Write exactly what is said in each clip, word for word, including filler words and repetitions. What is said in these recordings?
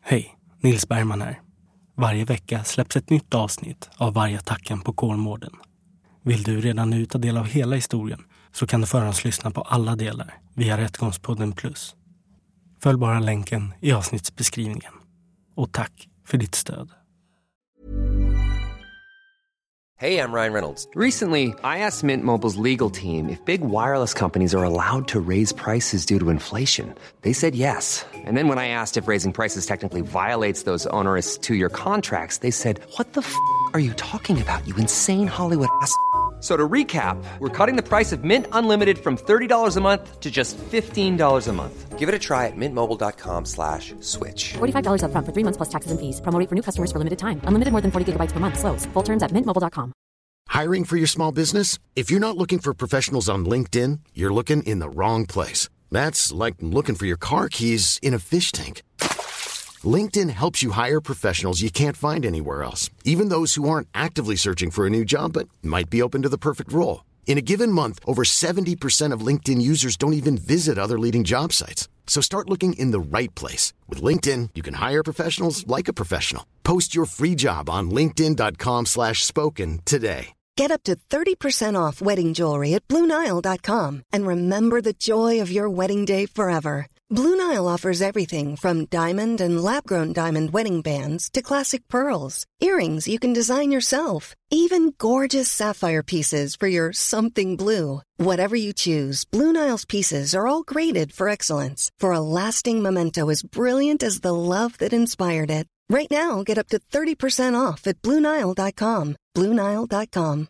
Hej, Nils Bergman här. Varje vecka släpps ett nytt avsnitt av Vargattacken på Kolmården. Vill du redan nu ta del av hela historien så kan du förhandslyssna på alla delar via Rättegångspodden Plus. Följ bara länken i avsnittsbeskrivningen. Och tack för ditt stöd. Hey, I'm Ryan Reynolds. Recently, I asked Mint Mobile's legal team if big wireless companies are allowed to raise prices due to inflation. They said yes. And then when I asked if raising prices technically violates those onerous two-year contracts, they said, what the f*** are you talking about, you insane Hollywood ass f- So to recap, we're cutting the price of Mint Unlimited from thirty dollars a month to just fifteen dollars a month. Give it a try at mintmobile.com slash switch. forty-five dollars up front for three months plus taxes and fees. Promo rate for new customers for limited time. Unlimited more than forty gigabytes per month. Slows full terms at mint mobile dot com. Hiring for your small business? If you're not looking for professionals on LinkedIn, you're looking in the wrong place. That's like looking for your car keys in a fish tank. LinkedIn helps you hire professionals you can't find anywhere else, even those who aren't actively searching for a new job but might be open to the perfect role. In a given month, over seventy percent of LinkedIn users don't even visit other leading job sites. So start looking in the right place. With LinkedIn, you can hire professionals like a professional. Post your free job on linkedin.com slash spoken today. Get up to thirty percent off wedding jewelry at blue nile dot com. And remember the joy of your wedding day forever. Blue Nile offers everything from diamond and lab-grown diamond wedding bands to classic pearls, earrings you can design yourself, even gorgeous sapphire pieces for your something blue. Whatever you choose, Blue Nile's pieces are all graded for excellence, for a lasting memento as brilliant as the love that inspired it. Right now, get up to thirty percent off at blue nile dot com. blue nile dot com.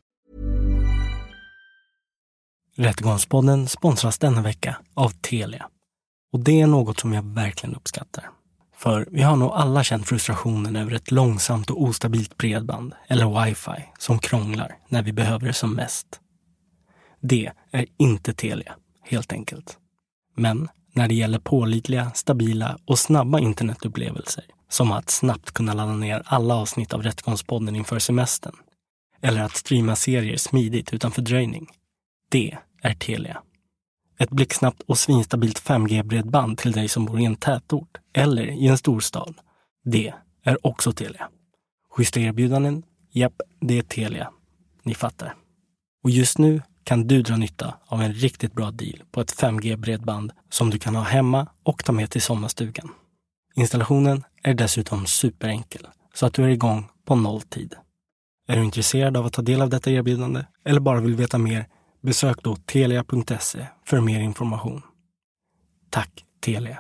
Rättegångspodden sponsras denna vecka av Telia. Och det är något som jag verkligen uppskattar. För vi har nog alla känt frustrationen över ett långsamt och ostabilt bredband eller wifi som krånglar när vi behöver det som mest. Det är inte Telia, helt enkelt. Men när det gäller pålitliga, stabila och snabba internetupplevelser, som att snabbt kunna ladda ner alla avsnitt av Rättegångspodden inför semestern, eller att streama serier smidigt utan fördröjning, det är Telia. Ett blixtsnabbt och svinstabilt fem G-bredband till dig som bor i en tätort eller i en storstad. Det är också Telia. Schyssta erbjudanden? Japp, det är Telia. Ni fattar. Och just nu kan du dra nytta av en riktigt bra deal på ett fem G-bredband som du kan ha hemma och ta med till sommarstugan. Installationen är dessutom superenkel så att du är igång på nolltid. Är du intresserad av att ta del av detta erbjudande eller bara vill veta mer? Besök då telia punkt se för mer information. Tack Telia.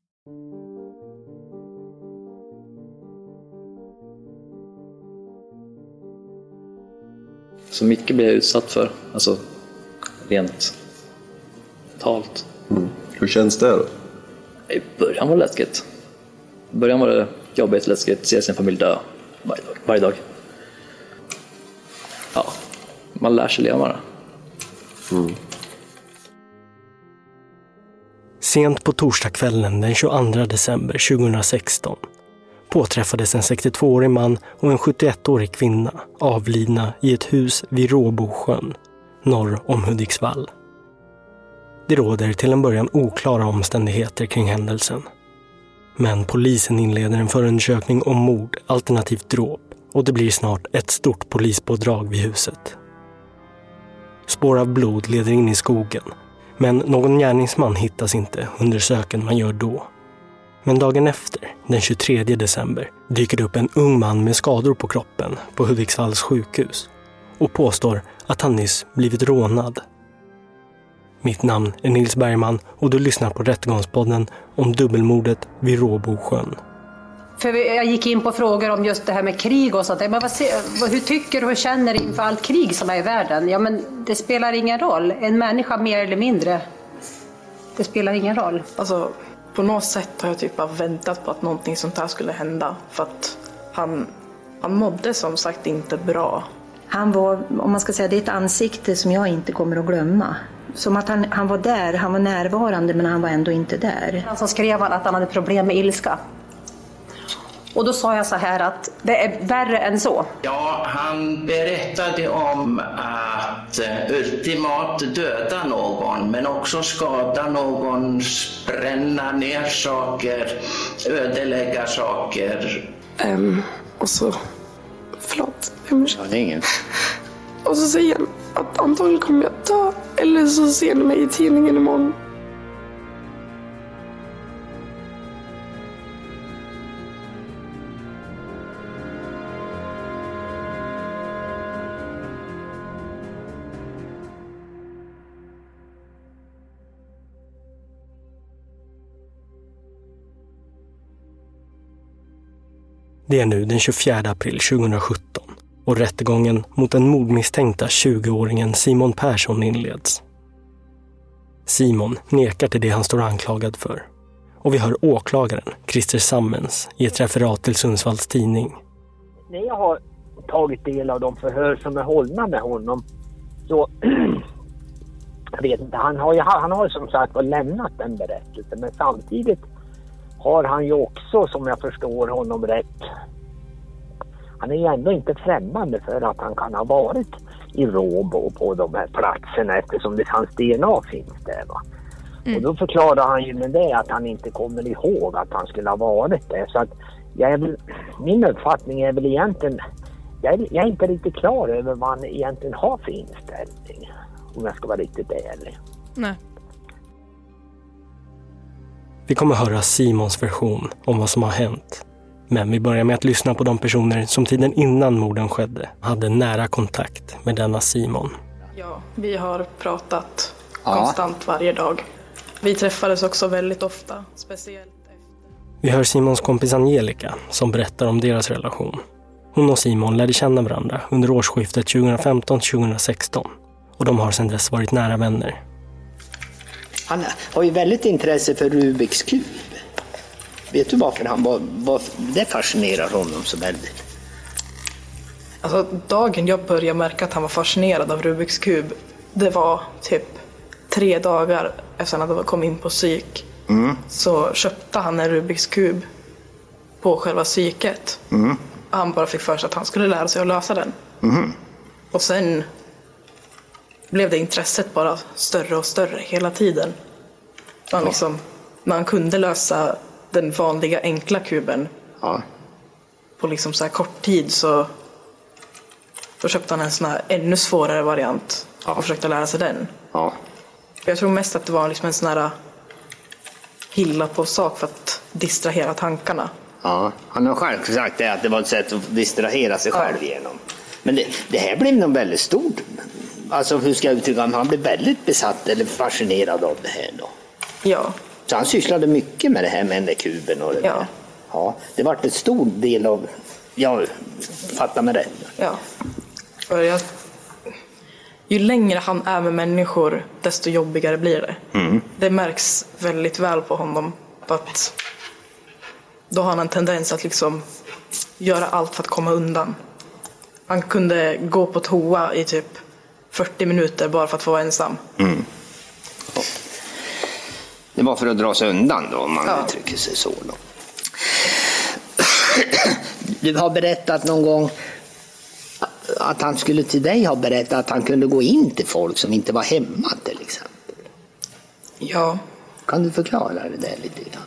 Så mycket blir jag utsatt för, alltså rent talt. Mm. Hur känns det då? I början var det läskigt. I början var det jobbigt, läskigt, se sin familj dö varje dag. Varje dag. Ja, man lär sig leva med det. Mm. Sent på torsdagskvällen den tjugoandra december tjugohundrasexton påträffades en sextiotvåårig man och en sjuttioettårig kvinna avlidna i ett hus vid Råbosjön, norr om Hudiksvall. Det råder till en början oklara omständigheter kring händelsen. Men polisen inleder en förundersökning om mord alternativt dråp och det blir snart ett stort polispådrag vid huset. Spår av blod leder in i skogen, men någon gärningsman hittas inte under söken man gör då. Men dagen efter, den tjugotredje december, dyker det upp en ung man med skador på kroppen på Hudiksvalls sjukhus och påstår att han nyss blivit rånad. Mitt namn är Nils Bergman och du lyssnar på Rättegångspodden om dubbelmordet vid Råbosjön. För jag gick in på frågor om just det här med krig och sånt. Men vad, hur tycker du och känner du inför allt krig som är i världen? Ja, men det spelar ingen roll. En människa mer eller mindre. Det spelar ingen roll. Alltså, på något sätt har jag typ bara väntat på att någonting sånt här skulle hända. För att han, han mådde som sagt inte bra. Han var, om man ska säga, det är ett ansikte som jag inte kommer att glömma. Som att han, han var där, han var närvarande men han var ändå inte där. Han som skrev att han hade problem med ilska. Och då sa jag så här att det är värre än så. Ja, han berättade om att ultimat döda någon, men också skada någon, bränna ner saker, ödelägga saker. Um, och så, förlåt. Ja, det är ingen. Och så säger han att antagligen kommer jag dö, eller så ser ni mig i tidningen imorgon. Det är nu den tjugofjärde april tjugohundrasjutton och rättegången mot den mordmisstänkta tjugoåringen Simon Persson inleds. Simon nekar till det han står anklagad för. Och vi hör åklagaren, Christer Sammens, i ett referat till Sundsvalls tidning. När jag har tagit del av de förhör som är hållna med honom så jag vet inte, han har ju han har som sagt lämnat den berättelsen, men samtidigt har han ju också, som jag förstår honom rätt, han är ju ändå inte främmande för att han kan ha varit i Råbo på de här platserna eftersom det hans D N A finns där, va. Mm. Och då förklarar han ju med det att han inte kommer ihåg att han skulle ha varit där. Så att jag är väl, min uppfattning är väl egentligen, jag är, jag är inte riktigt klar över vad han egentligen har för inställning, om jag ska vara riktigt ärlig. Nej. Vi kommer höra Simons version om vad som har hänt. Men vi börjar med att lyssna på de personer som tiden innan morden skedde hade nära kontakt med denna Simon. Ja, vi har pratat ja. konstant varje dag. Vi träffades också väldigt ofta, speciellt efter. Vi hör Simons kompis Angelica som berättar om deras relation. Hon och Simon lärde känna varandra under årsskiftet tjugofemton tjugosexton och de har sedan dess varit nära vänner. Han har ju väldigt intresse för Rubiks kub. Vet du varför han var, var, det fascinerar honom så väldigt? Alltså dagen jag började märka att han var fascinerad av Rubiks kub, det var typ tre dagar efter att han kom in på psyk. Mm. Så köpte han en Rubiks kub på själva psyket. Mm. Han bara fick för sig att han skulle lära sig att lösa den. Mm. Och sen blev det intresset bara större och större hela tiden. Man liksom, när han kunde lösa den vanliga enkla kuben ja. på liksom så här kort tid, så då köpte han en sån här ännu svårare variant ja. och försökte lära sig den. Ja. Jag tror mest att det var liksom en sån här hilla på sak för att distrahera tankarna. Ja, han har själv sagt det, att det var ett sätt att distrahera sig själv ja. genom. Men det, det här blev nog väldigt stort. Alltså hur ska jag uttrycka, han blev väldigt besatt eller fascinerad av det här då. Ja. Så han sysslade mycket med det här med den där kuben och det ja. där. Ja, det var en stor del av, jag fattar med det. Ja, för jag, ju längre han är med människor, desto jobbigare blir det. Mm. Det märks väldigt väl på honom, att då har han en tendens att liksom göra allt för att komma undan. Han kunde gå på toa i typ fyrtio minuter bara för att få vara ensam. Mm. Ja. Det var för att dra sig undan då, om man ja. uttrycker sig så då. Du har berättat någon gång att han skulle till dig ha berättat att han kunde gå in till folk som inte var hemma till exempel. Ja. Kan du förklara det där lite grann?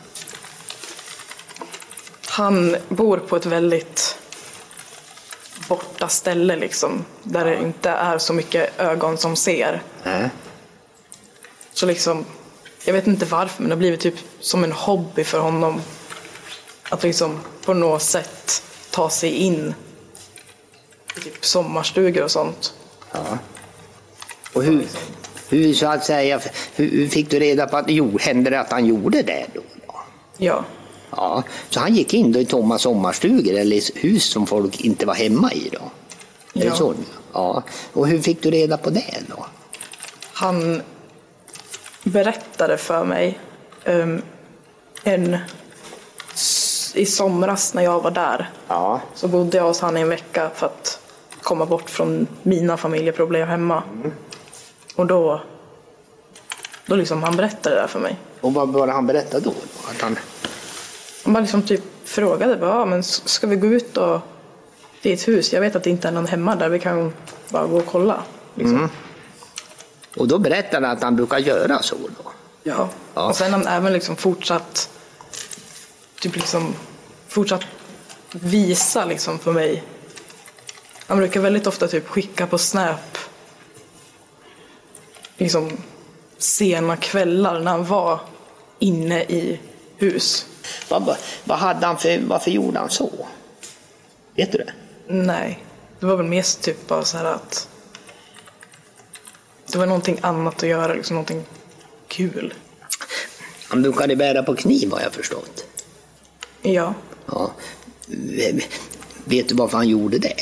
Han bor på ett väldigt borta ställe liksom, där det inte är så mycket ögon som ser. Äh. Så liksom, jag vet inte varför, men det har blivit typ som en hobby för honom att liksom på något sätt ta sig in i typ sommarstugor och sånt. Ja. Och hur, hur så att säga, hur, hur fick du reda på att jo, hände det att han gjorde det då? Ja. Ja, så han gick in då i tomma sommarstugor eller hus som folk inte var hemma i då? Är ja. det så? Ja. Och hur fick du reda på det då? Han berättade för mig um, en i somras när jag var där. Ja. Så bodde jag hos han i en vecka för att komma bort från mina familjeproblem hemma. Mm. Och då då liksom han berättade det där för mig. Och vad var det han berättade då? Att han... Man liksom typ frågade bara, ja, men ska vi gå ut och till ett hus? Jag vet att det inte är någon hemma där, vi kan bara gå och kolla. Liksom. Mm. Och då berättade han att han brukar göra så då? Ja, ja. Och sen har han även liksom fortsatt typ liksom fortsatt visa liksom för mig. Han brukar väldigt ofta typ skicka på Snap liksom sena kvällar när han var inne i hus. Vad, vad hade han för, varför gjorde han så? Vet du det? Nej, det var väl mest typ bara så här att det var någonting annat att göra, liksom någonting kul. Han brukade bära på kniv, har jag förstått. Ja. Ja. Vet du varför han gjorde det?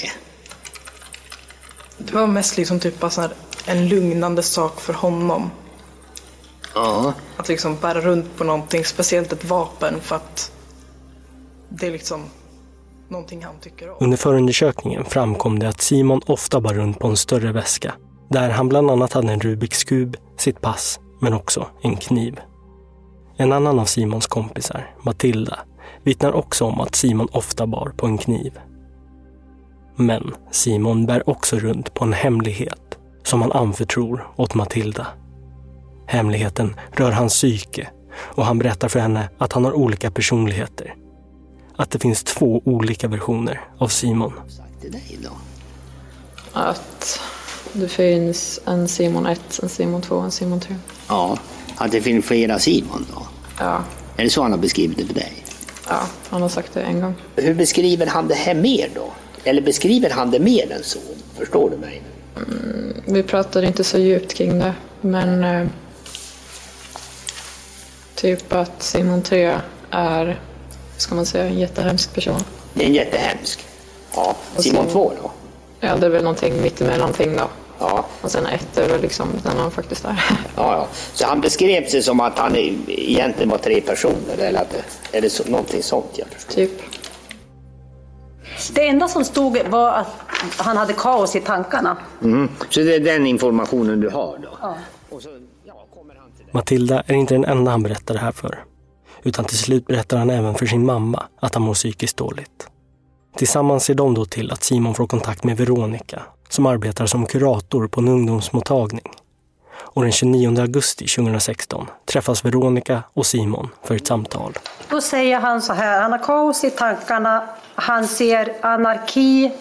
Det var mest liksom typ bara så här en lugnande sak för honom. Ja. Att liksom bära runt på någonting, speciellt ett vapen, för att det är liksom någonting han tycker om. Under förundersökningen framkom det att Simon ofta bar runt på en större väska, där han bland annat hade en Rubiks kub, sitt pass, men också en kniv. En annan av Simons kompisar, Matilda, vittnar också om att Simon ofta bar på en kniv. Men Simon bär också runt på en hemlighet som han anförtror åt Matilda. Hemligheten rör hans psyke och han berättar för henne att han har olika personligheter. Att det finns två olika versioner av Simon. Att det finns en Simon ett, en Simon två, en Simon tre. Ja, att det finns flera Simon då. Ja. Är det så han har beskrivit det för dig? Ja, han har sagt det en gång. Hur beskriver han det här mer då? Eller beskriver han det mer än så? Förstår du mig? Mm, vi pratade inte så djupt kring det, men eh, typ att Simon tre är, ska man säga, en jättehemsk person. Det är en jättehemsk. Ja, Simon två då? Ja, det är väl någonting mitt emellan någonting då. Ja. Och sen ett är väl liksom den han faktiskt är. Ja, ja. Så han beskrev sig som att han egentligen var tre personer, eller att det, är det så, någonting sånt jag förstår? Typ. Det enda som stod var att han hade kaos i tankarna. Mm. Så det är den informationen du har då? Ja. Och så, ja, kommer han till det. Matilda är inte den enda han berättar det här för. Utan till slut berättar han även för sin mamma att han mår psykiskt dåligt. Tillsammans ser de då till att Simon får kontakt med Veronica, som arbetar som kurator på en ungdomsmottagning. Och den tjugonionde augusti tjugohundrasexton träffas Veronica och Simon för ett samtal. Då säger han så här, han har kaos i tankarna, han ser anarki,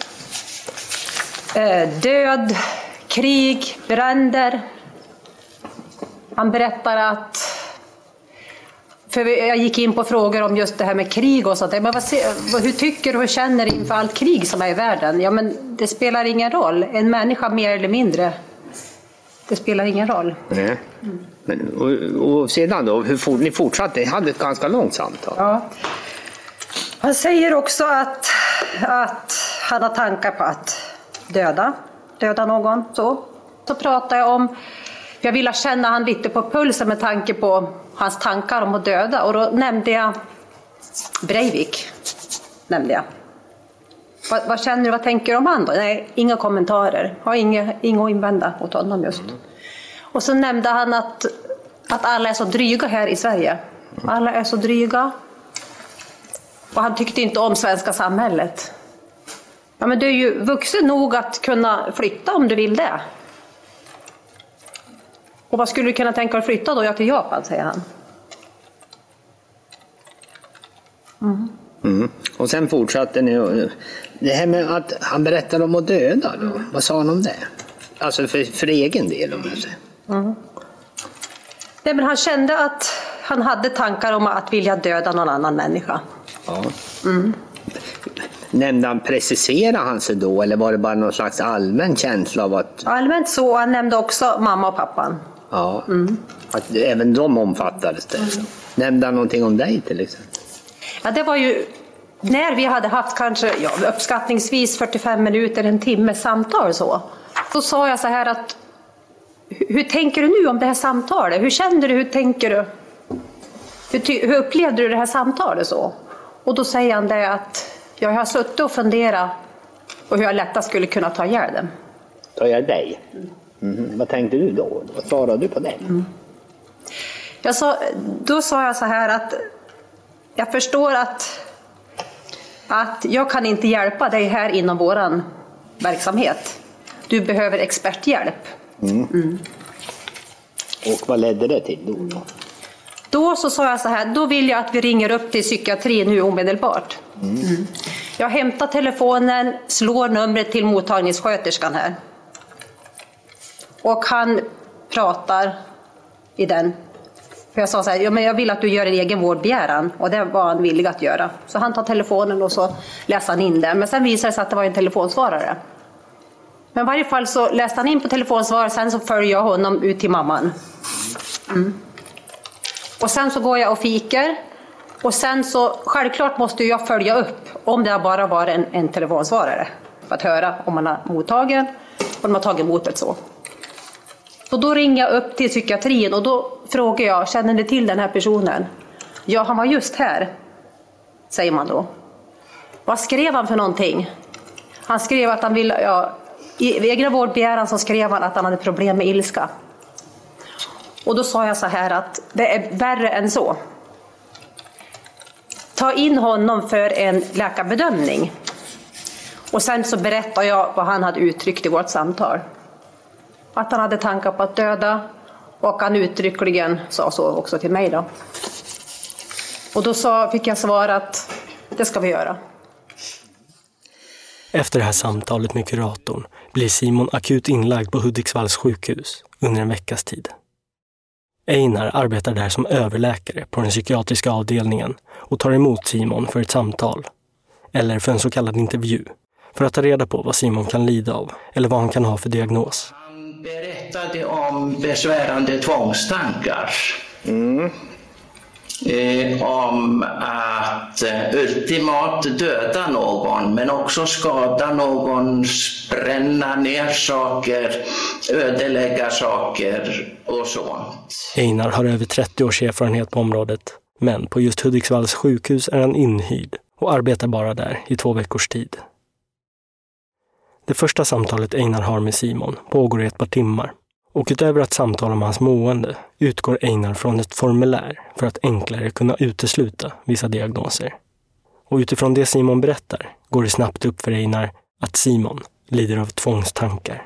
död, krig, bränder. Han berättar att, för jag gick in på frågor om just det här med krig och sånt. Men vad, hur tycker du och känner du inför allt krig som är i världen? Ja, men det spelar ingen roll. En människa mer eller mindre. Det spelar ingen roll. Nej. Mm. Men, och, och sedan då, hur for, ni fortsatte? Ni hade ett ganska långt samtal. Ja. Han säger också att, att han har tankar på att döda. Döda någon. Så, så pratar jag om... Jag ville känna han lite på pulsen med tanke på hans tankar om att döda. Och då nämnde jag Breivik. Nämnde jag. Vad, vad känner du, vad tänker du om han då? Nej, inga kommentarer. Har inga, inga att invända mot honom just. Mm. Och så nämnde han att, att alla är så dryga här i Sverige. Alla är så dryga. Och han tyckte inte om svenska samhället. Ja, men du är ju vuxen nog att kunna flytta om du vill det. Och vad skulle du kunna tänka dig att flytta då? Jag till Japan, säger han. Mm. Mm. Och sen fortsatte ni. Det här med att han berättade om att döda då. Mm. Vad sa han om det? Alltså för, för egen del om det. Mm. Nej, men han kände att han hade tankar om att vilja döda någon annan människa. Ja. Mm. Nämnde han, preciserade han sig då, eller var det bara någon slags allmän känsla av att... Allmänt så, han nämnde också mamma och pappan. Ja, mm. att även de omfattades det. Mm. Nämnde han någonting om dig till exempel? Ja, det var ju när vi hade haft kanske ja, uppskattningsvis fyrtiofem minuter, en timme samtal så. Då sa jag så här att, hur tänker du nu om det här samtalet? Hur känner du, hur tänker du? Hur, hur upplevde du det här samtalet så? Och då säger han det att jag har suttit och funderat på hur jag lättast skulle kunna ta ihjäl dem. Ta ihjäl dig? Mm. Vad tänkte du då? Vad svarade du på det? Mm. Jag sa, då sa jag så här att Jag förstår att, att jag kan inte hjälpa dig här inom våran verksamhet. Du behöver experthjälp. Mm. Mm. Och vad ledde det till då? Då, då så sa jag så här, då vill jag att vi ringer upp till psykiatrin nu omedelbart. Mm. Mm. Jag hämtar telefonen, slår numret till mottagningssköterskan här. Och han pratar i den. För jag sa så här, ja, men jag vill att du gör en egen vårdbegäran. Och det var han villig att göra. Så han tar telefonen och så läser han in det. Men sen visade det sig att det var en telefonsvarare. Men i varje fall så läste han in på telefonsvarare. Sen så följer jag honom ut till mamman. Mm. Och sen så går jag och fikar. Och sen så, självklart måste jag följa upp om det bara var en, en telefonsvarare. För att höra om man har mottagen och de har tagit emot det så. Så då ringer jag upp till psykiatrin och då frågar jag, känner ni till den här personen? Ja, han var just här, säger man då. Vad skrev han för någonting? Han skrev att han ville, ja, i egna vårdbegäran så skrev han att han hade problem med ilska. Och då sa jag så här att det är värre än så. Ta in honom för en läkarbedömning. Och sen så berättar jag vad han hade uttryckt i vårt samtal. Att han hade tankar på att döda. Och han uttryckligen sa så också till mig då. Och då sa, fick jag svara att det ska vi göra. Efter det här samtalet med kuratorn blir Simon akut inlagd på Hudiksvalls sjukhus under en veckas tid. Einar arbetar där som överläkare på den psykiatriska avdelningen och tar emot Simon för ett samtal, eller för en så kallad intervju, för att ta reda på vad Simon kan lida av eller vad han kan ha för diagnos. Han berättade om besvärande tvångstankar. Mm. Eh, om att eh, ultimat döda någon, men också skada någon, bränna ner saker, ödelägga saker och sånt. Einar har över trettio års erfarenhet på området, men på just Hudiksvalls sjukhus är han inhyrd och arbetar bara där i två veckors tid. Det första samtalet Einar har med Simon pågår i ett par timmar. Och utöver att samtala om hans mående utgår Einar från ett formulär för att enklare kunna utesluta vissa diagnoser. Och utifrån det Simon berättar går det snabbt upp för Einar att Simon lider av tvångstankar.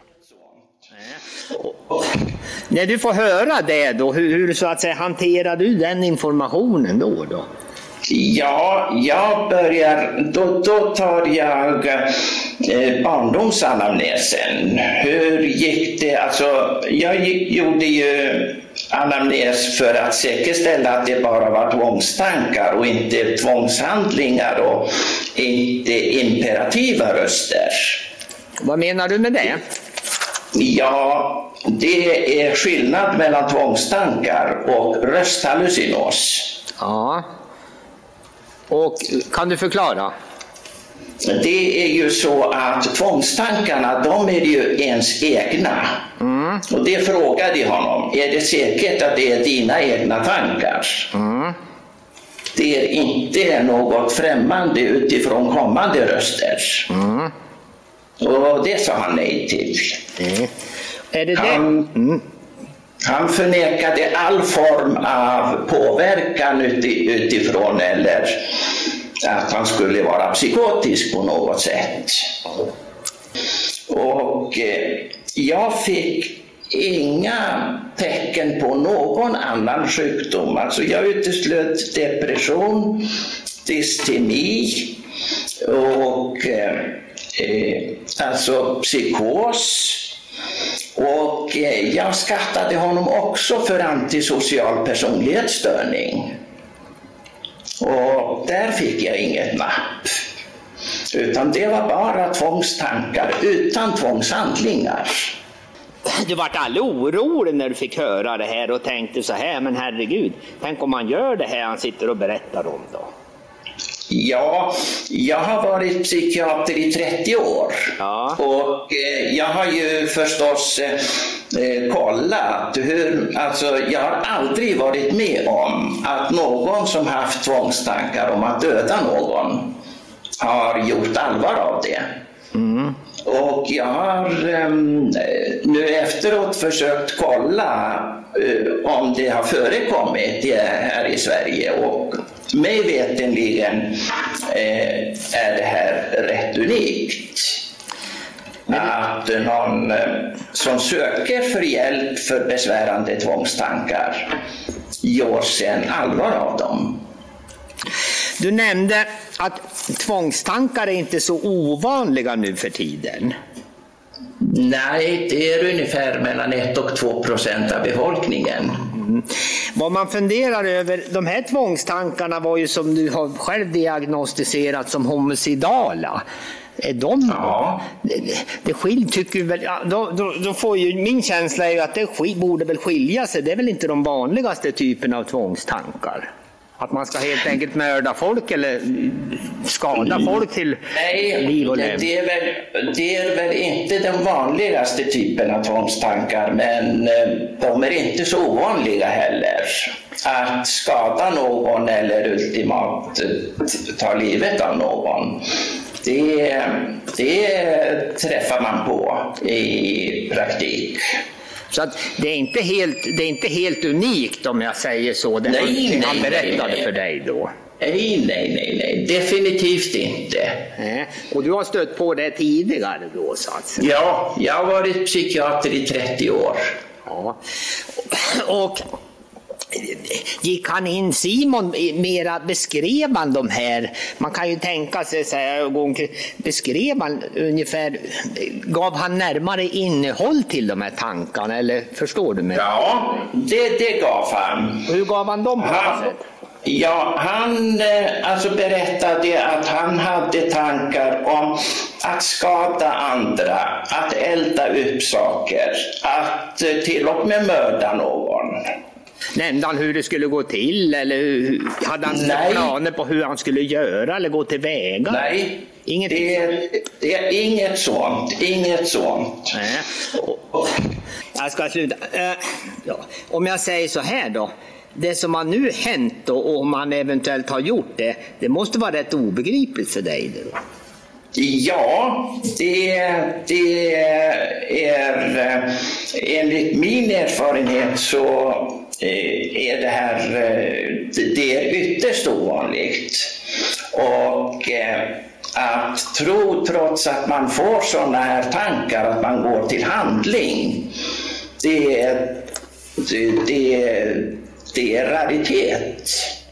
När du får höra det då, hur, hur så att säga hanterar du den informationen då då? Ja, jag börjar, då, då tar jag eh, barndomsanamnesen. Hur gick det? Alltså, jag gick, gjorde ju anamnes för att säkerställa att det bara var tvångstankar och inte tvångshandlingar och inte imperativa röster. Vad menar du med det? Ja, det är skillnad mellan tvångstankar och rösthallucinos. Ja. Och kan du förklara? Det är ju så att tvångstankarna, de är ju ens egna. Mm. Och det frågade jag honom. Är det säkert att det är dina egna tankar? Mm. Det är inte något främmande utifrån kommande röster. Mm. Och det sa han nej till. Mm. Är det han, det? Mm. han förnekade all form av påverkan uti, utifrån eller att han skulle vara psykotisk på något sätt. Och eh, jag fick inga tecken på någon annan sjukdom. Alltså jag uteslöt depression, dystemi och eh, eh, alltså psykos. Och eh, jag skattade honom också för antisocial personlighetsstörning. Och där fick jag inget napp. Utan det var bara tvångstankar utan tvångshandlingar. Du var aldrig orolig när du fick höra det här och tänkte så här, men herregud, tänk om man gör det här han sitter och berättar om då? Ja, jag har varit psykiater i trettio år. Ja. Och eh, jag har ju förstås eh, kollat hur, alltså jag har aldrig varit med om att någon som haft tvångstankar om att döda någon har gjort allvar av det. Mm. Och jag har eh, nu efteråt försökt kolla eh, om det har förekommit här i Sverige och mig vetenligen eh, är det här rätt unikt. Att någon eh, som söker för hjälp för besvärande tvångstankar gör sen allvar av dem. Du nämnde att tvångstankar är inte så ovanliga nu för tiden. Nej, det är ungefär mellan ett och två procent av befolkningen. Mm. Vad man funderar över, de här tvångstankarna var ju som du har själv diagnostiserat som homicidala. Är de, ja. det, det skil, tycker väl, ja, då, då, då får ju, min känsla är ju att det skil, borde väl skilja sig. Det är väl inte de vanligaste typerna av tvångstankar. Att man ska helt enkelt mörda folk eller skada folk till Nej, liv och lem. Det är väl, det är väl inte den vanligaste typen av tvångstankar, men de är inte så ovanliga heller. Att skada någon eller ultimat ta livet av någon, det, det träffar man på i praktik. Så att det är inte helt, det är inte helt unikt om jag säger så. Det nej, han, han nej, berättade nej, för dig då. Nej, nej, nej, nej. Definitivt inte. Nej. Och du har stött på det tidigare då, så att säga. Ja, jag har varit psykiater i trettio år. Ja. Och gick han in, Simon, mera beskrev han de här, man kan ju tänka sig så här, beskrev han ungefär, gav han närmare innehåll till de här tankarna, eller förstår du mig? Ja, det, det gav han. Och hur gav han dem på han, sätt? Ja, han alltså berättade att han hade tankar om att skada andra, att elda upp saker, att till och med mörda någon. Nämnde han hur det skulle gå till, eller hade han Nej. planer på hur han skulle göra eller gå till väga? Nej, inget det, är, det är inget sånt, inget sånt. Nej. Jag ska sluta. Uh, ja. Om jag säger så här då, det som har nu hänt då, och om man eventuellt har gjort det, det måste vara rätt obegripligt för dig då. Ja, det, det är enligt min erfarenhet så är det här det är ytterst ovanligt. Och att tro, trots att man får sådana här tankar, att man går till handling, det är, det, det är raritet.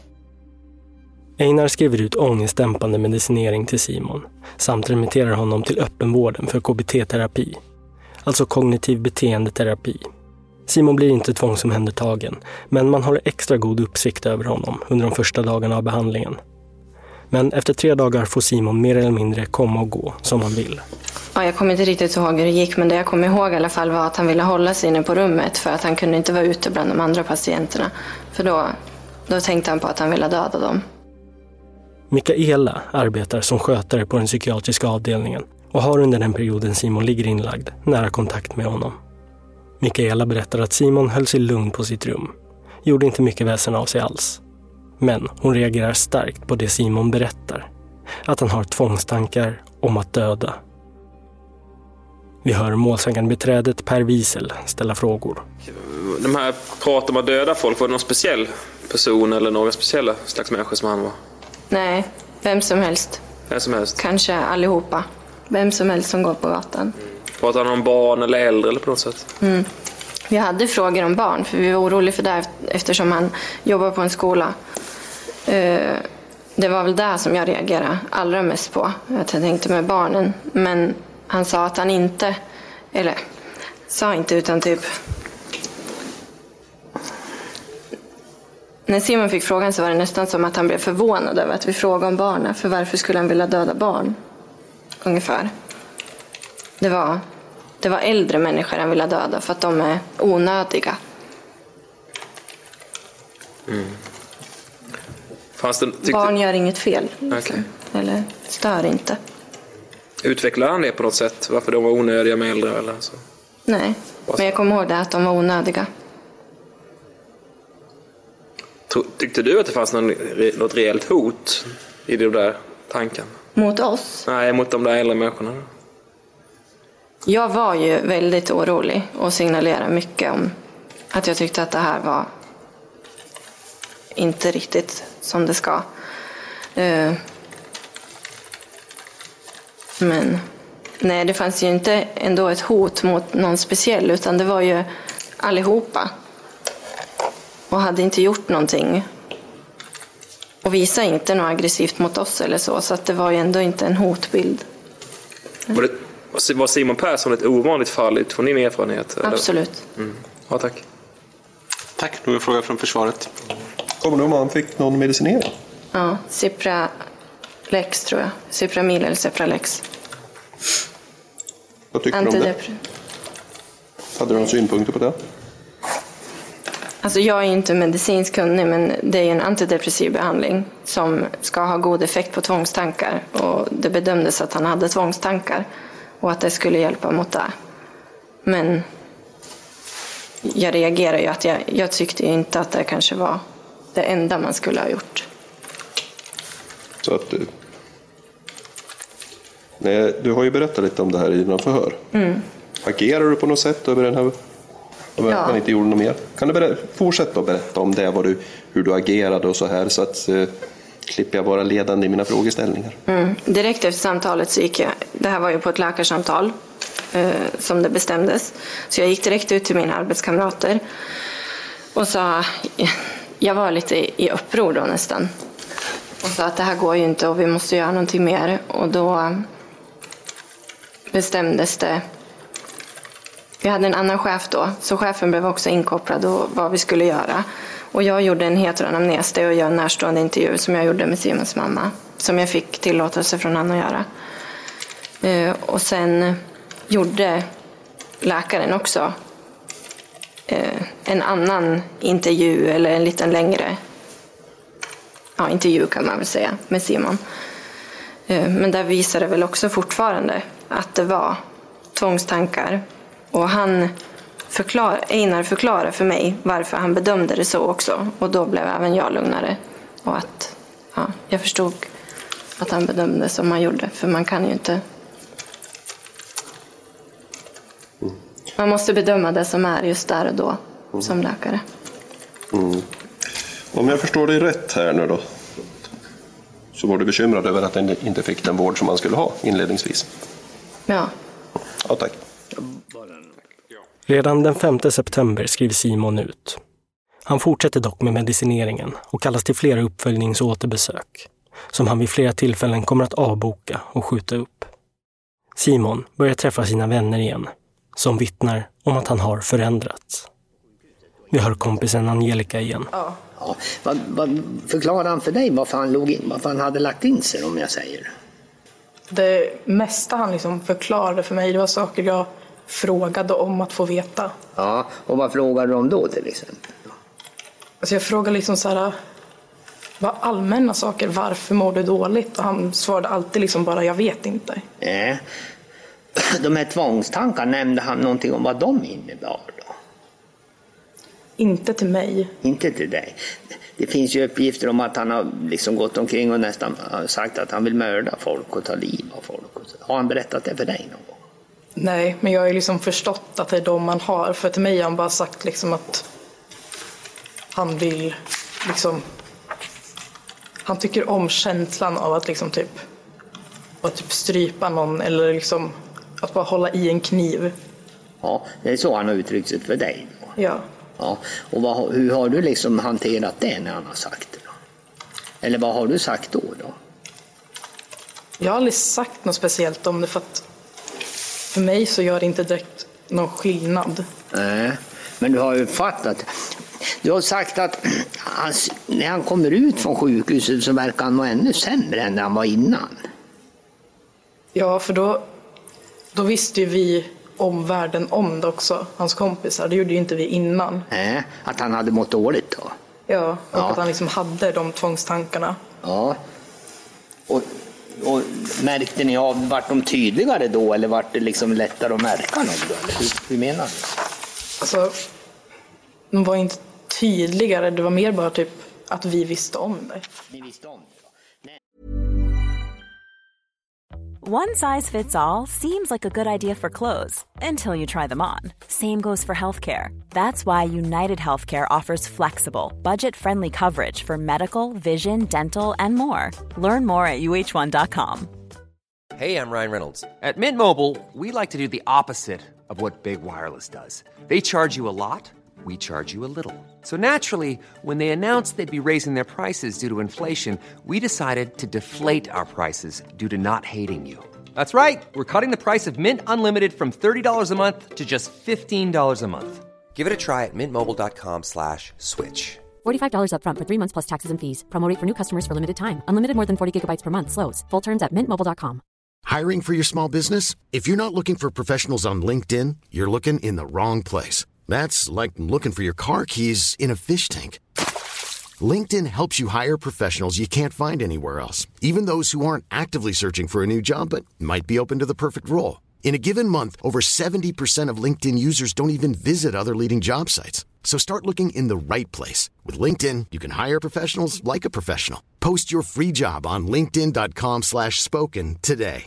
Einar skriver ut ångestdämpande medicinering till Simon samt remitterar honom till öppenvården för K B T-terapi, alltså kognitiv beteendeterapi. Simon blir inte tvångsomhändertagen, men man har extra god uppsikt över honom under de första dagarna av behandlingen. Men efter tre dagar får Simon mer eller mindre komma och gå som han vill. Ja, jag kommer inte riktigt ihåg hur det gick, men det jag kommer ihåg i alla fall var att han ville hålla sig inne på rummet för att han kunde inte vara ute bland de andra patienterna. För då, då tänkte han på att han ville döda dem. Mikaela arbetar som skötare på den psykiatriska avdelningen och har under den perioden Simon ligger inlagd nära kontakt med honom. Mikaela berättar att Simon höll sig lugn på sitt rum, gjorde inte mycket väsen av sig alls. Men hon reagerar starkt på det Simon berättar, att han har tvångstankar om att döda. Vi hör målsägandebiträdet Per Wiesel ställa frågor. De här pratar om att döda folk, var det någon speciell person eller några speciella slags människor som han var? Nej, vem som helst. Vem som helst? Kanske allihopa. Vem som helst som går på gatan. Mm. Pratar han om barn eller äldre eller på något sätt? Mm. Vi hade frågor om barn, för vi var oroliga för det eftersom han jobbar på en skola. Uh, det var väl det som jag reagerade allra mest på. Att jag tänkte med barnen. Men han sa att han inte, eller sa inte utan typ... När Simon fick frågan så var det nästan som att han blev förvånad över att vi frågade om barnen. För varför skulle han vilja döda barn? Ungefär. Det var, det var äldre människor han ville döda för att de är onödiga. Mm. Det, barn gör inget fel. Liksom. Okay. Eller stör inte. Utvecklar han det på något sätt? Varför de var onödiga med äldre eller så? Nej, men jag kommer ihåg det att de var onödiga. Tyckte du att det fanns någon, något reellt hot i den där tanken? Mot oss? Nej, mot de där äldre människorna. Jag var ju väldigt orolig och signalerade mycket om att jag tyckte att det här var inte riktigt som det ska. Eh, men nej, det fanns ju inte ändå ett hot mot någon speciell, utan det var ju allihopa. Och hade inte gjort någonting. Och visade inte något aggressivt mot oss eller så, så att det var ju ändå inte en hotbild. Var, det, var Simon Persson ett ovanligt fall utifrån din erfarenhet? Eller? Absolut. Mm. Ja, tack. Tack, nu är en fråga från försvaret. Kommer du om han fick någon medicinering? Ja, Cipralex tror jag. Cipramil eller Cipralex. Vad tycker du om det? Hade du någon synpunkter på det? Alltså jag är inte medicinsk kunnig, men det är en antidepressiv behandling som ska ha god effekt på tvångstankar. Och det bedömdes att han hade tvångstankar och att det skulle hjälpa mot det. Men jag reagerar ju att jag, jag tyckte inte att det kanske var det enda man skulle ha gjort. Så att du... Nej, du har ju berättat lite om det här i dina förhör. Mm. Agerar du på något sätt över den här... Om ja. Man inte gjorde något mer. Kan du berätta, fortsätta att berätta om det, vad du, hur du agerade och så här, så att eh, slipper jag vara ledande i mina frågeställningar. Mm. Direkt efter samtalet så gick jag, det här var ju på ett läkarsamtal eh, som det bestämdes. Så jag gick direkt ut till mina arbetskamrater och sa, jag var lite i uppror då nästan. Och sa att det här går ju inte och vi måste göra någonting mer. Och då bestämdes det. Vi hade en annan chef då, så chefen blev också inkopplad och vad vi skulle göra. Och jag gjorde en heteroanamnes, det och jag en närstående intervju som jag gjorde med Simons mamma. Som jag fick tillåtelse från han att göra. Eh, och sen gjorde läkaren också eh, en annan intervju, eller en liten längre ja, intervju kan man väl säga, med Simon. Eh, men där visade väl också fortfarande att det var tvångstankar. Och han förklar, Einar förklarade för mig varför han bedömde det så också. Och då blev även jag lugnare. Och att ja, jag förstod att han bedömde som han gjorde. För man kan ju inte... Man måste bedöma det som är just där och då som läkare. Mm. Om jag förstår dig rätt här nu då, så var du bekymrad över att den inte fick den vård som man skulle ha inledningsvis. Ja. Ja, tack. Redan den femte september skriver Simon ut. Han fortsätter dock med medicineringen och kallas till flera uppföljnings- och återbesök, som han vid flera tillfällen kommer att avboka och skjuta upp. Simon börjar träffa sina vänner igen, som vittnar om att han har förändrats. Vi hör kompisen Angelica igen. Ja. Ja. Vad, vad förklarar han för dig varför han, låg in, varför han hade lagt in sig, om jag säger? Det mesta han liksom förklarade för mig, det var saker jag frågade om att få veta. Ja, och vad frågade du om då till exempel? Alltså jag frågade liksom så här, vad allmänna saker, varför mår du dåligt? Och han svarade alltid liksom bara, jag vet inte. Nej. De här tvångstankarna, nämnde han någonting om vad de innebar då? Inte till mig. Inte till dig. Det finns ju uppgifter om att han har liksom gått omkring och nästan sagt att han vill mörda folk och ta liv av folk. Har han berättat det för dig någon gång? Nej, men jag har ju liksom förstått att det är de man har. För till mig har han bara sagt liksom att han vill liksom... Han tycker om känslan av att liksom typ, att typ strypa någon eller liksom att bara hålla i en kniv. Ja, det är så han har uttryckt sig för dig då. Ja. Ja, och vad, hur har du liksom hanterat det när han har sagt det då? Eller vad har du sagt då då? Jag har aldrig sagt något speciellt om det, för att för mig så gör det inte direkt någon skillnad. Nej, men du har ju fattat. Du har sagt att han, när han kommer ut från sjukhuset så verkar han vara ännu sämre än han var innan. Ja, för då, då visste ju vi om världen om det också, hans kompisar. Det gjorde ju inte vi innan. Nej, att han hade mått dåligt då. Ja, och ja. att han liksom hade de tvångstankarna. Ja, och, och märkte ni av, vart de tydligare då, eller vart det liksom lättare att märka dem då? Eller hur, hur menar du? Alltså, de var inte tydligare, det var mer bara typ att vi visste om det. Ni visste om det då? Nej. One size fits all seems like a good idea for clothes until you try them on. Same goes for healthcare. That's why United Healthcare offers flexible, budget-friendly coverage for medical, vision, dental, and more. Learn more at U H one dot com. Hey, I'm Ryan Reynolds. At Mint Mobile, we like to do the opposite of what Big Wireless does. They charge you a lot, we charge you a little. So naturally, when they announced they'd be raising their prices due to inflation, we decided to deflate our prices due to not hating you. That's right. We're cutting the price of Mint Unlimited from thirty dollars a month to just fifteen dollars a month. Give it a try at mintmobile.com slash switch. forty-five dollars up front for three months plus taxes and fees. Promo rate for new customers for limited time. Unlimited more than forty gigabytes per month. Slows full terms at mint mobile dot com. Hiring for your small business? If you're not looking for professionals on LinkedIn, you're looking in the wrong place. That's like looking for your car keys in a fish tank. LinkedIn helps you hire professionals you can't find anywhere else, even those who aren't actively searching for a new job but might be open to the perfect role. In a given month, over seventy percent of LinkedIn users don't even visit other leading job sites. So start looking in the right place. With LinkedIn, you can hire professionals like a professional. Post your free job on linkedin dot com slash spoken today.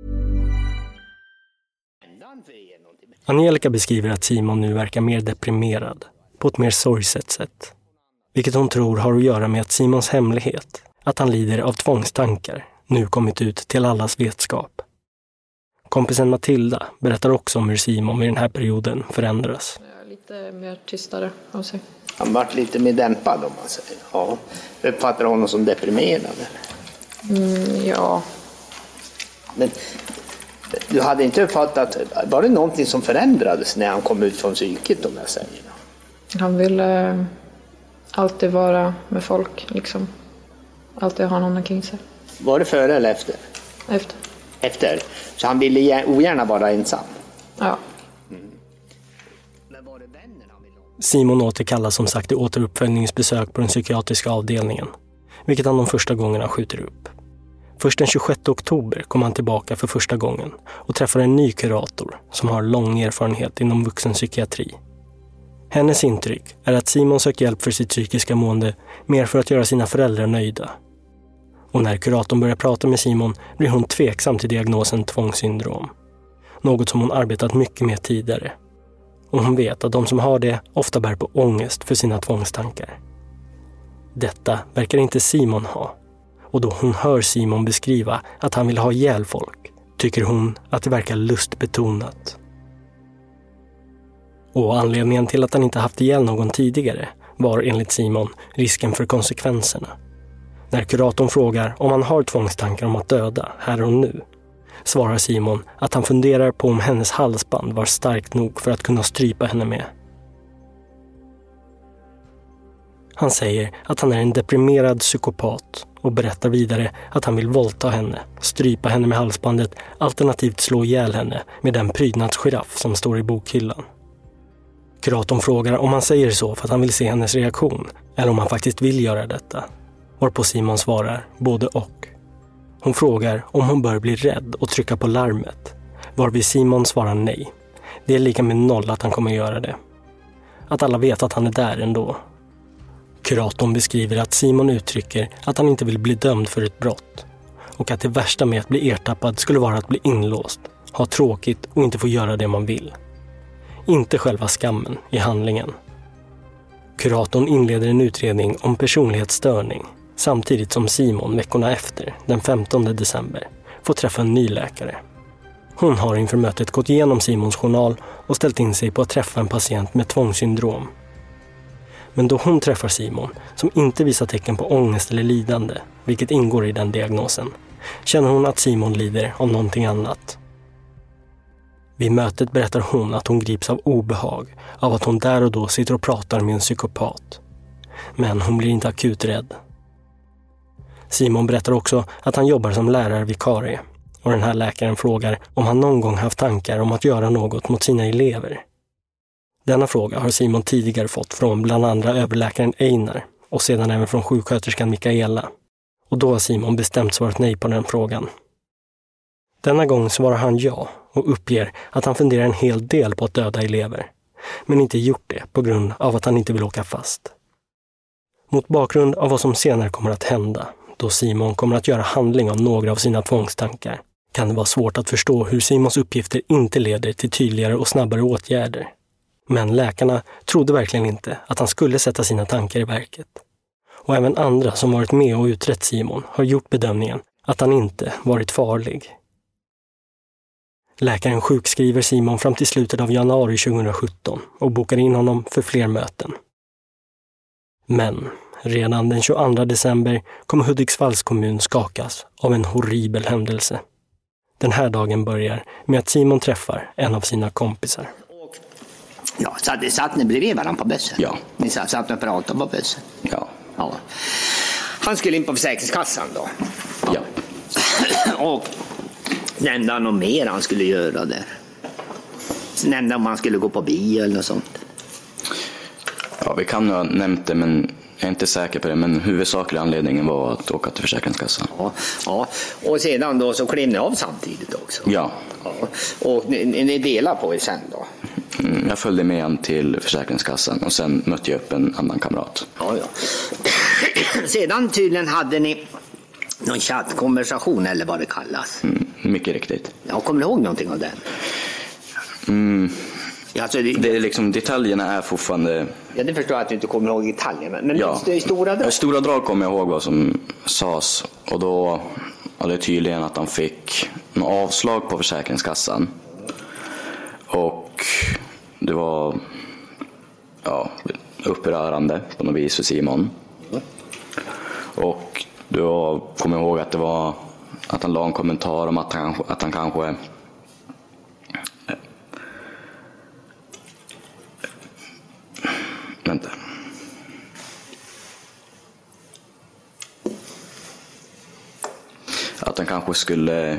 Angelica beskriver att Simon nu verkar mer deprimerad, på ett mer sorgset sätt. Vilket hon tror har att göra med att Simons hemlighet, att han lider av tvångstankar, nu kommit ut till allas vetskap. Kompisen Matilda berättar också om hur Simon vid den här perioden förändras. Lite mer tystare av sig. Han var lite mer dämpad om man säger. Ja. Uppfattar honom som deprimerad? Mm, ja. Men du hade inte uppfattat, var det någonting som förändrades när han kom ut från psyket om jag säger? Han ville alltid vara med folk liksom. Alltid ha någon omkring sig. Var det före eller efter? Efter. Efter. Så han ville ogärna vara ensam? Ja. Simon återkallas som sagt i återuppföljningsbesök på den psykiatriska avdelningen, vilket han de första gångerna skjuter upp. Först den tjugosjätte oktober kom han tillbaka för första gången och träffar en ny kurator som har lång erfarenhet inom vuxenpsykiatri. Hennes intryck är att Simon söker hjälp för sitt psykiska mående mer för att göra sina föräldrar nöjda. Och när kuratorn börjar prata med Simon blir hon tveksam till diagnosen tvångssyndrom. Något som hon arbetat mycket med tidigare. Och hon vet att de som har det ofta bär på ångest för sina tvångstankar. Detta verkar inte Simon ha. Och då hon hör Simon beskriva att han vill ha ihjäl folk, tycker hon att det verkar lustbetonat. Och anledningen till att han inte haft ihjäl någon tidigare var enligt Simon risken för konsekvenserna. När kuratorn frågar om han har tvångstankar om att döda här och nu, svarar Simon att han funderar på om hennes halsband var starkt nog för att kunna strypa henne med. Han säger att han är en deprimerad psykopat och berättar vidare att han vill våldta henne, strypa henne med halsbandet, alternativt slå ihjäl henne med den prydnadsgiraff som står i bokhyllan. Kuratorn frågar om han säger så för att han vill se hennes reaktion eller om han faktiskt vill göra detta. Varpå Simon svarar både och. Hon frågar om hon bör bli rädd och trycka på larmet, varvid Simon svarar nej. Det är lika med noll att han kommer göra det. Att alla vet att han är där ändå. Kuratorn beskriver att Simon uttrycker att han inte vill bli dömd för ett brott och att det värsta med att bli ertappad skulle vara att bli inlåst, ha tråkigt och inte få göra det man vill. Inte själva skammen i handlingen. Kuratorn inleder en utredning om personlighetsstörning samtidigt som Simon veckorna efter, den femtonde december, får träffa en ny läkare. Hon har inför mötet gått igenom Simons journal och ställt in sig på att träffa en patient med tvångssyndrom. Men då hon träffar Simon, som inte visar tecken på ångest eller lidande, vilket ingår i den diagnosen, känner hon att Simon lider av någonting annat. Vid mötet berättar hon att hon grips av obehag av att hon där och då sitter och pratar med en psykopat. Men hon blir inte akut rädd. Simon berättar också att han jobbar som lärarvikarie och den här läkaren frågar om han någon gång haft tankar om att göra något mot sina elever. Denna fråga har Simon tidigare fått från bland andra överläkaren Einar och sedan även från sjuksköterskan Mikaela. Och då har Simon bestämt svarat nej på den frågan. Denna gång svarar han ja och uppger att han funderar en hel del på att döda elever, men inte gjort det på grund av att han inte vill åka fast. Mot bakgrund av vad som senare kommer att hända, då Simon kommer att göra handling av några av sina tvångstankar, kan det vara svårt att förstå hur Simons uppgifter inte leder till tydligare och snabbare åtgärder. Men läkarna trodde verkligen inte att han skulle sätta sina tankar i verket. Och även andra som varit med och utrett Simon har gjort bedömningen att han inte varit farlig. Läkaren sjukskriver Simon fram till slutet av januari tjugohundrasjutton och bokar in honom för fler möten. Men redan den tjugoandra december kommer Hudiksvalls kommun skakas av en horribel händelse. Den här dagen börjar med att Simon träffar en av sina kompisar. Ja, så det satt ni bredvid varandra på bussen? Ja. Ni satt, satt och pratade på bussen? Ja. Ja. Han skulle in på Försäkringskassan då? Ja. Och nämnde han något mer han skulle göra där? Nämnde om han skulle gå på bio eller något sånt? Ja, vi kan ha nämnt det, men jag är inte säker på det. Men huvudsakliga anledningen var att åka till Försäkringskassan. Ja, ja. Och sedan då så klev ni av samtidigt också? Ja. Ja. Och ni, ni delar på er sen då? Mm, jag följde med han till Försäkringskassan och sen mötte jag upp en annan kamrat. Ja, ja. Sedan tydligen hade ni någon chattkonversation eller vad det kallas. Mm, mycket riktigt. Ja, kommer du ihåg någonting av den? Mm. Ja, alltså det, det är liksom, detaljerna är fortfarande... Ja, det förstår jag att du inte kommer ihåg detaljerna. Men ja. i stora drag? I stora drag kommer jag ihåg vad som sades. Och då var det tydligen att han fick en avslag på Försäkringskassan. Och det var ja, upprörande på något vis för Simon. Och då kommer jag ihåg att det var att han la en kommentar om att han, att han kanske vänta. Att han kanske skulle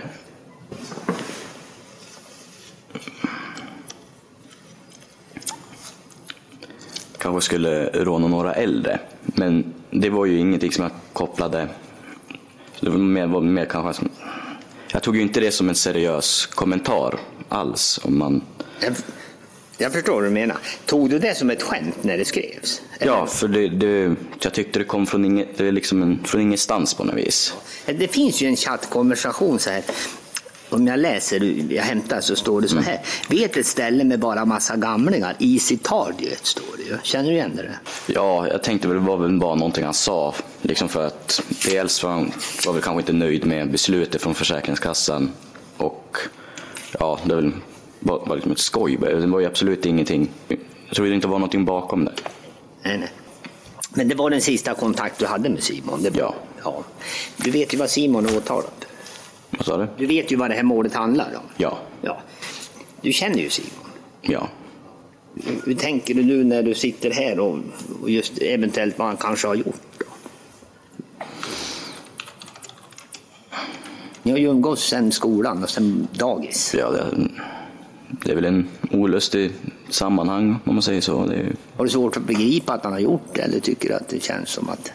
kanske skulle råna några äldre. Men det var ju ingenting som jag kopplade. Det var mer, var mer kanske som, jag tog ju inte det som en seriös kommentar alls. Om man... jag, jag förstår vad du menar. Tog du det som ett skämt när det skrevs? Eller? Ja, för det, det, jag tyckte det kom från, inget, det är liksom en, från ingenstans på något vis. Det finns ju en chattkonversation så här. Om jag läser, jag hämtar så står det så här. Mm. Vet ett ställe med bara massa gamlingar. I Citardiet står det ju. Känner du igen det? Ja, jag tänkte väl det var väl bara någonting han sa. Liksom för att dels var han var väl kanske inte nöjd med beslutet från Försäkringskassan. Och ja, det var, var, var liksom ett skoj. Det var ju absolut ingenting. Jag tror det inte var någonting bakom det. Nej, nej. Men det var den sista kontakt du hade med Simon? Det var, ja. ja. Du vet ju vad Simon är åtalad. Vad sa du? Du vet ju vad det här målet handlar om. Ja. Ja. Du känner ju Simon. Ja. Hur tänker du nu när du sitter här och, och just eventuellt vad han kanske har gjort då? Ni har ju umgås sen skolan och sen dagis. Ja, det, det är väl en olustig sammanhang om man säger så. Det är... Har du svårt att begripa att han har gjort det eller tycker du att det känns som att...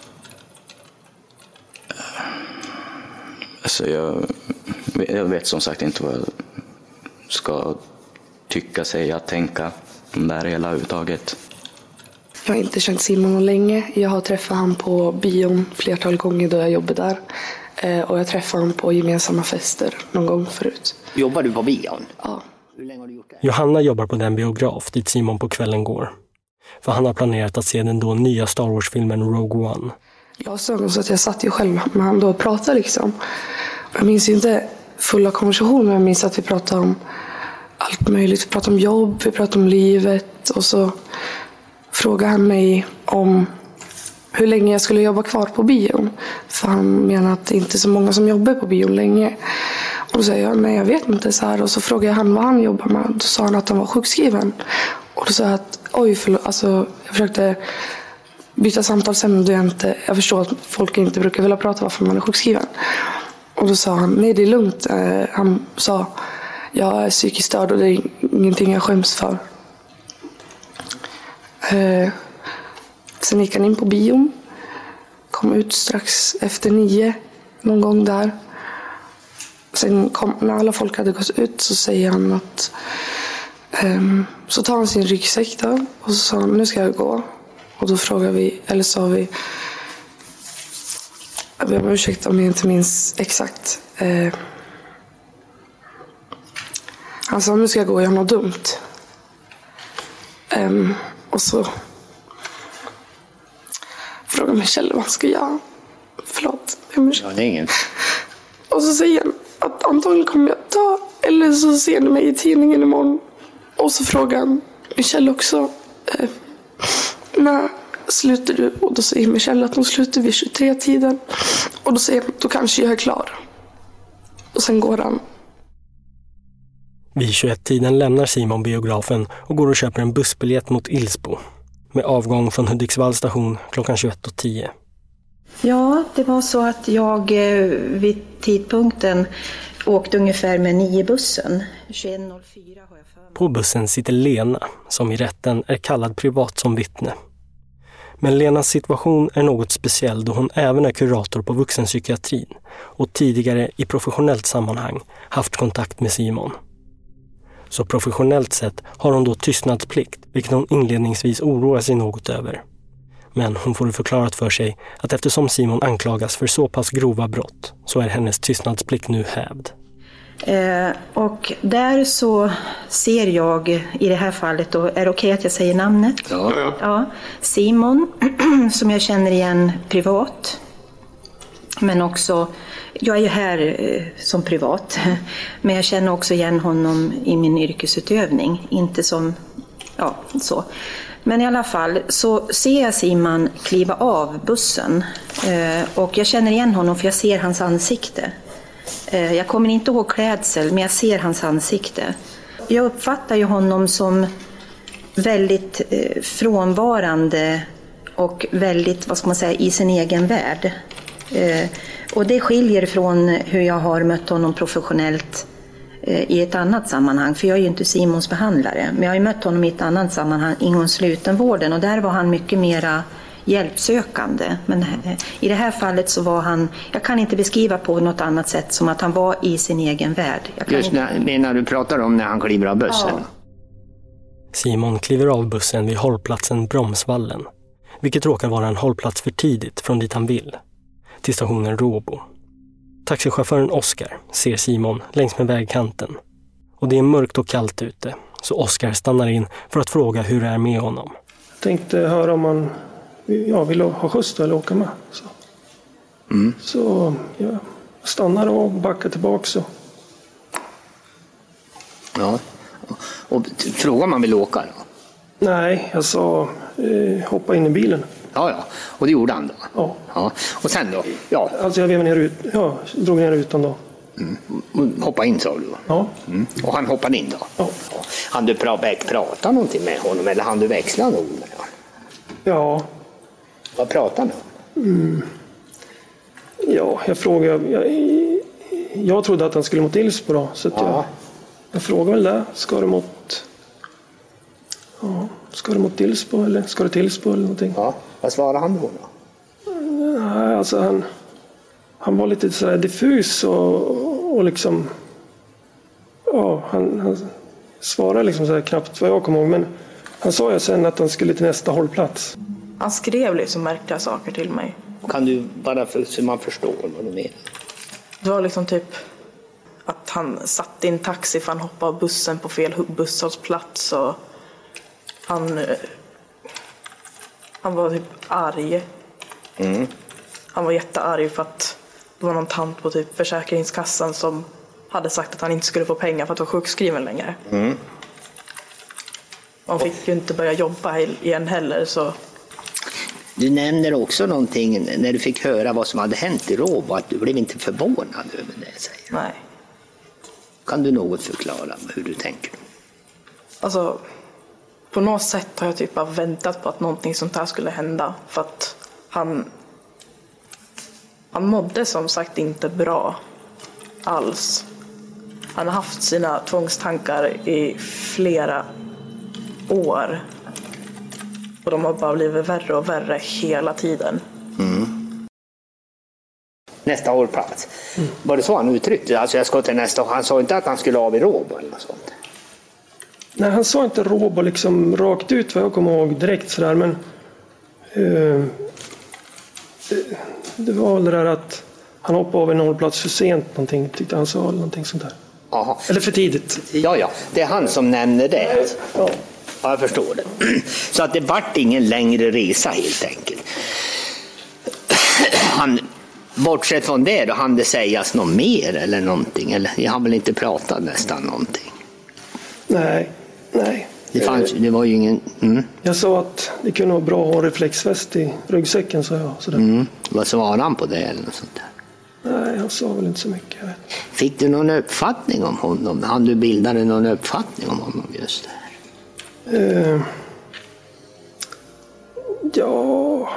Alltså jag, jag vet som sagt inte vad jag ska tycka, säga, tänka om det här hela överhuvudtaget. Jag har inte känt Simon länge. Jag har träffat han på bion flertal gånger då jag jobbade där. Eh, och jag träffade han på gemensamma fester någon gång förut. Jobbar du på bion? Ja. Hur länge har du gjort det? Johanna jobbar på den biograf dit Simon på kvällen går. För han har planerat att se den då nya Star Wars-filmen Rogue One. Jag såg så att jag satt ju själv med han då och pratade liksom. Jag minns ju inte fulla konversationer, men jag minns att vi pratade om allt möjligt. Vi pratade om jobb, vi pratade om livet. Och så frågade han mig om hur länge jag skulle jobba kvar på bion. För han menar att det inte är så många som jobbar på bion länge. Och då säger jag, nej jag vet inte så här. Och så frågade jag han vad han jobbar med. Då sa han att han var sjukskriven. Och då sa jag att, oj förlåt, alltså jag försökte byta samtalsämne då jag inte, jag förstår att folk inte brukar vilja prata varför man är sjukskriven. Och då sa han, nej det är lugnt. Han sa, jag är psykiskt störd och det är ingenting jag skäms för. Sen gick han in på bion. Kom ut strax efter nio. Någon gång där. Sen kom, när alla folk hade gått ut så säger han att um, så tar han sin ryggsäck då. Och så sa han, nu ska jag gå. Och då frågade vi, eller sa vi, jag ber om ursäkt om jag inte minns exakt. Eh, Han sa, nu ska jag gå och göra något dumt. Um, och så frågade Michelle vad han ska göra. Förlåt. Ja, det är ingen. Och så säger han att antagligen kommer jag ta, eller så ser ni mig i tidningen imorgon. Och så frågar han Michelle också, eh, när slutar du? Och då säger Michelle att hon slutar vid tjugotre-tiden. Och då säger han, då kanske jag är klar. Och sen går han. Vid tjugoett-tiden lämnar Simon biografen och går och köper en bussbiljett mot Ilsbo. Med avgång från Hudiksvall station klockan tjugoett och tio. Ja, det var så att jag vid tidpunkten åkte ungefär med nio bussen. tjugoett noll fyra har jag för mig. På bussen sitter Lena, som i rätten är kallad privat som vittne. Men Lenas situation är något speciell då hon även är kurator på vuxenpsykiatrin och tidigare i professionellt sammanhang haft kontakt med Simon. Så professionellt sett har hon då tystnadsplikt, vilket hon inledningsvis oroar sig något över. Men hon får förklarat för sig att eftersom Simon anklagas för så pass grova brott så är hennes tystnadsplikt nu hävd. Eh, och där så ser jag i det här fallet, då, är det okej att jag säger namnet? Ja. Ja. Ja, Simon, som jag känner igen privat. Men också, jag är ju här eh, som privat, men jag känner också igen honom i min yrkesutövning, inte som, ja, så. Men i alla fall så ser jag Simon kliva av bussen eh, och jag känner igen honom för jag ser hans ansikte. Eh, jag kommer inte ihåg klädsel, men jag ser hans ansikte. Jag uppfattar ju honom som väldigt eh, frånvarande och väldigt, vad ska man säga, i sin egen värld. Eh, och det skiljer från hur jag har mött honom professionellt eh, i ett annat sammanhang. För jag är ju inte Simons behandlare. Men jag har ju mött honom i ett annat sammanhang inom slutenvården. Och där var han mycket mera hjälpsökande. Men eh, i det här fallet så var han, jag kan inte beskriva på något annat sätt som att han var i sin egen värld. Jag kan Just när, inte... när du pratar om när han kliver av bussen? Ja. Simon kliver av bussen vid hållplatsen Bromsvallen. Vilket råkar vara en hållplats för tidigt från dit han vill. Till stationen Råbo. Taxichauffören Oskar ser Simon längs med vägkanten. Och det är mörkt och kallt ute, så Oskar stannar in för att fråga hur det är med honom. Jag tänkte höra om man ja, vill ha skjuts eller åka med. Så, mm. så jag stannar och backar tillbaka. Så. Ja, och frågar man vill åka då? Nej, jag sa eh, hoppa in i bilen. Ja, ja. Och det gjorde han då? Ja. Ja. Och sen då? Ja. Alltså jag vevade ner ut, ja, drog ner rutan då. Mm. Hoppa in, sa du då? Ja. Mm. Och han hoppade in då? Ja. Ja. Han du pra- prata någonting med honom eller han du växla någon med honom? Ja. Vad pratar han om? Mm. Ja, jag frågade, jag, jag trodde att han skulle mot Ilsbo då, så att ja. jag, jag frågade väl det, ska du mot ja, ska du mot Ilsbo eller ska du till Ilsbo eller någonting? Ja, vad svarade han då? Nej, alltså han han var lite så här diffus och, och liksom ja, han, han svarade liksom så här knappt vad jag kommer ihåg, men han sa ju sen att han skulle till nästa hållplats. Han skrev liksom märkliga saker till mig. Kan du bara för, så man förstår vad du menar? Det var liksom typ att han satt i en taxi för han hoppade av bussen på fel busshållplats och han han var typ arg. Mm. Han var jättearg för att det var någon tant på typ Försäkringskassan som hade sagt att han inte skulle få pengar för att vara sjukskriven längre. Mm. Man fick ju inte börja jobba igen heller, så... Du nämner också någonting när du fick höra vad som hade hänt i Råbo, att du blev inte förvånad över det, säger. Nej. Kan du något förklara hur du tänker? Alltså, på något sätt har jag typ bara väntat på att någonting sånt här skulle hända. För att han... Han mådde som sagt inte bra alls. Han har haft sina tvångstankar i flera år. Och de har bara blivit värre och värre hela tiden. Mm. Nästa hållplats. Mm. Var det så han uttryckte? Alltså jag ska till nästa. Han sa inte att han skulle av i Råbo eller något sånt. Nej, han sa inte Råbo liksom rakt ut vad jag kommer ihåg direkt sådär. Men uh, det, det var väl det där att han hoppade av en hållplats för sent någonting. Tyckte han sa eller någonting sånt där. Aha. Eller för tidigt. Ja, ja. Det är han som nämner det. Ja, ja jag förstår det. Så att det vart ingen längre resa helt enkelt. Han, bortsett från det, då hann det sägas något mer eller någonting? Eller jag har väl inte pratat nästan någonting? Nej, nej. Det, fanns, det var ju ingen... Mm. Jag sa att det kunde vara bra att ha reflexväst i ryggsäcken, sa jag. Sådär. Mm. Vad svarade han på det eller något sånt där? Nej, han sa väl inte så mycket. Jag vet. Fick du någon uppfattning om honom? Han du bildade någon uppfattning om honom just det här? Uh, ja...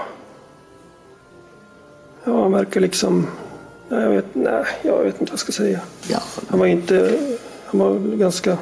Ja, han verkar liksom... Nej, jag vet, nej, jag vet inte vad jag ska säga. Ja. Han var inte... Han var ganska...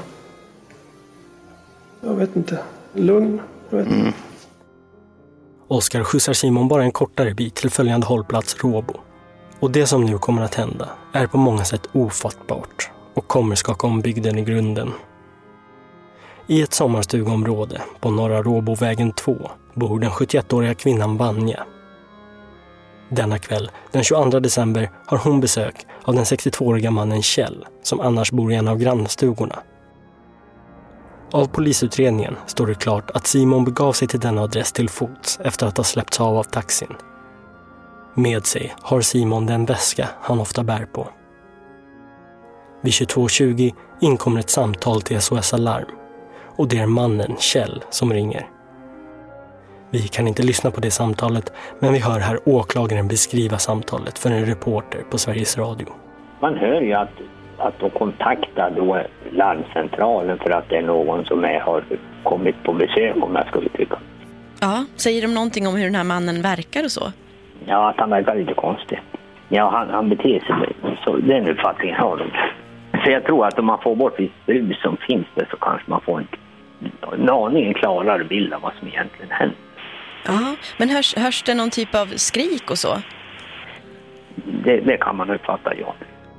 Jag vet inte. Lugn. Jag vet inte. Mm. Oskar skjutsar Simon bara en kortare bit till följande hållplats Råbo. Och det som nu kommer att hända är på många sätt ofattbart och kommer skaka om bygden i grunden. I ett sommarstugområde på norra Råbovägen två bor den sjuttioettåriga kvinnan Vanja. Denna kväll, den tjugoandra december, har hon besök av den sextiotvååriga mannen Kjell som annars bor i en av grannstugorna. Av polisutredningen står det klart att Simon begav sig till denna adress till fots efter att ha släppts av av taxin. Med sig har Simon den väska han ofta bär på. Vid tjugotvå tjugo inkommer ett samtal till S O S Alarm och det är mannen Kjell som ringer. Vi kan inte lyssna på det samtalet, men vi hör här åklagaren beskriva samtalet för en reporter på Sveriges Radio. Man hör ju att, att de kontaktar då larmcentralen för att det är någon som är, har kommit på besök, om jag ska uttrycka. Ja, säger de någonting om hur den här mannen verkar och så? Ja, att han verkar lite konstig. Ja, han, han beter sig så. Den uppfattningen har de. Så jag tror att om man får bort ett brus som finns där så kanske man får en, en aning klarare bild av vad som egentligen händer. Ja, men hörs, hörs det någon typ av skrik och så? Det, det kan man uppfatta, ja.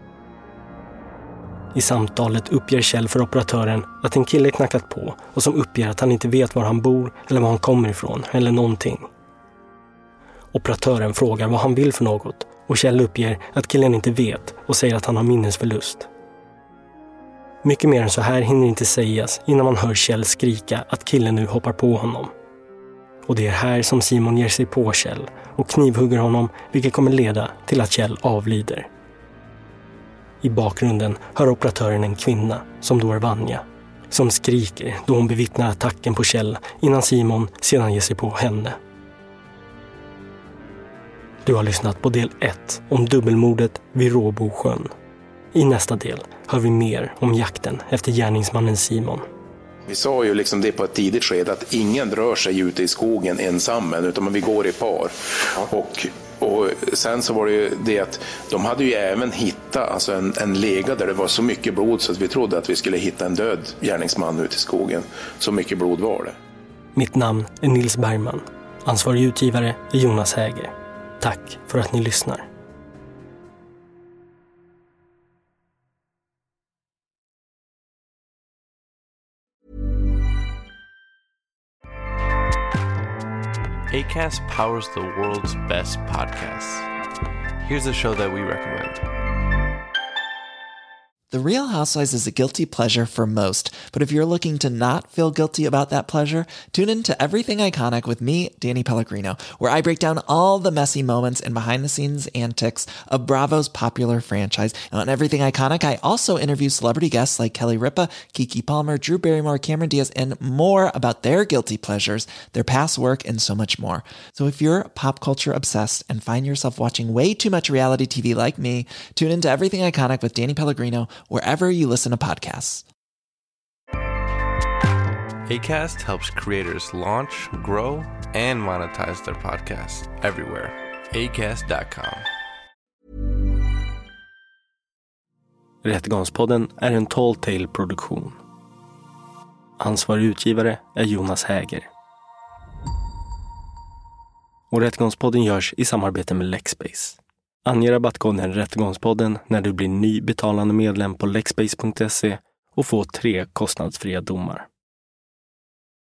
I samtalet uppger Kjell för operatören att en kille knackat på och som uppger att han inte vet var han bor eller var han kommer ifrån eller någonting. Operatören frågar vad han vill för något och Kjell uppger att killen inte vet och säger att han har minnesförlust. Mycket mer än så här hinner inte sägas innan man hör Kjell skrika att killen nu hoppar på honom. Och det är här som Simon ger sig på Kjell och knivhugger honom, vilket kommer leda till att Kjell avlider. I bakgrunden hör operatören en kvinna, som då är Vanja, som skriker då hon bevittnar attacken på Kjell innan Simon sedan ger sig på henne. Du har lyssnat på del ett om dubbelmordet vid Råbosjön. I nästa del hör vi mer om jakten efter gärningsmannen Simon. Vi sa ju liksom det på ett tidigt skede att ingen rör sig ute i skogen ensam, utan vi går i par. Och, och sen så var det ju det att de hade ju även hittat alltså en, en lega där det var så mycket blod så att vi trodde att vi skulle hitta en död gärningsman ute i skogen. Så mycket blod var det. Mitt namn är Nils Bergman. Ansvarig utgivare är Jonas Häger. Tack för att ni lyssnar. Acast powers the world's best podcasts. Here's a show that we recommend. The Real Housewives is a guilty pleasure for most, but if you're looking to not feel guilty about that pleasure, tune in to Everything Iconic with me, Danny Pellegrino, where I break down all the messy moments and behind-the-scenes antics of Bravo's popular franchise. And on Everything Iconic, I also interview celebrity guests like Kelly Ripa, Keke Palmer, Drew Barrymore, Cameron Diaz, and more about their guilty pleasures, their past work, and so much more. So if you're pop culture obsessed and find yourself watching way too much reality T V like me, tune in to Everything Iconic with Danny Pellegrino, wherever you listen to podcasts. Acast helps creators launch, grow, and monetize their podcasts everywhere. acast dot com. Rättegångspodden är en Tall Tale-produktion. Ansvarig utgivare är Jonas Häger. Och Rättegångspodden görs i samarbete med Lexbase. Ange rabattkoden Rättegångspodden när du blir ny betalande medlem på lexbase punkt se och få tre kostnadsfria domar.